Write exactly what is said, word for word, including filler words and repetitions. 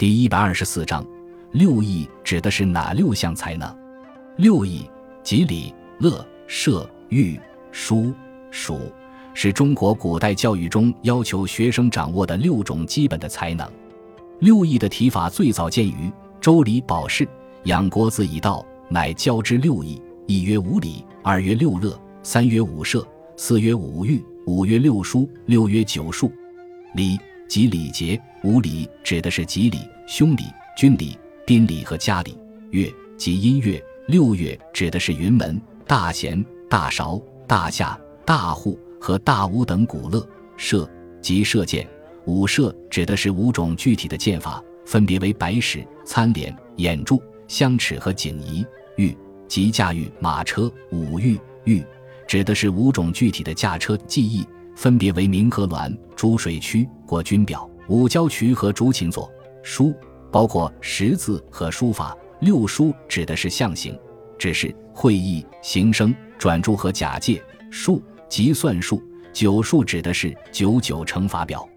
第一百二十四章，六艺指的是哪六项才能？六艺即礼、乐、射、御、书、数，是中国古代教育中要求学生掌握的六种基本的才能。六艺的提法最早见于《周礼·宝释》，养国子以道，乃教之六艺：一曰五礼，二曰六乐，三曰五射，四曰五御，五曰六书，六曰九术。礼即礼节，五礼指的是吉礼、凶礼、军礼、宾礼和家礼。乐即音乐，六乐指的是云门、大弦、大韶、大夏、大户和大武等鼓乐。射即射箭，五射指的是五种具体的箭法，分别为白矢、参连、眼柱、香尺和锦仪。御即驾驭马车，五御御指的是五种具体的驾车技艺，分别为鸣和鸾、逐水驱、过军表、五交渠和竹琴座。书包括识字和书法，六书指的是象形、指示、会意、形声、转注和假借。术即算术，九术指的是九九乘法表。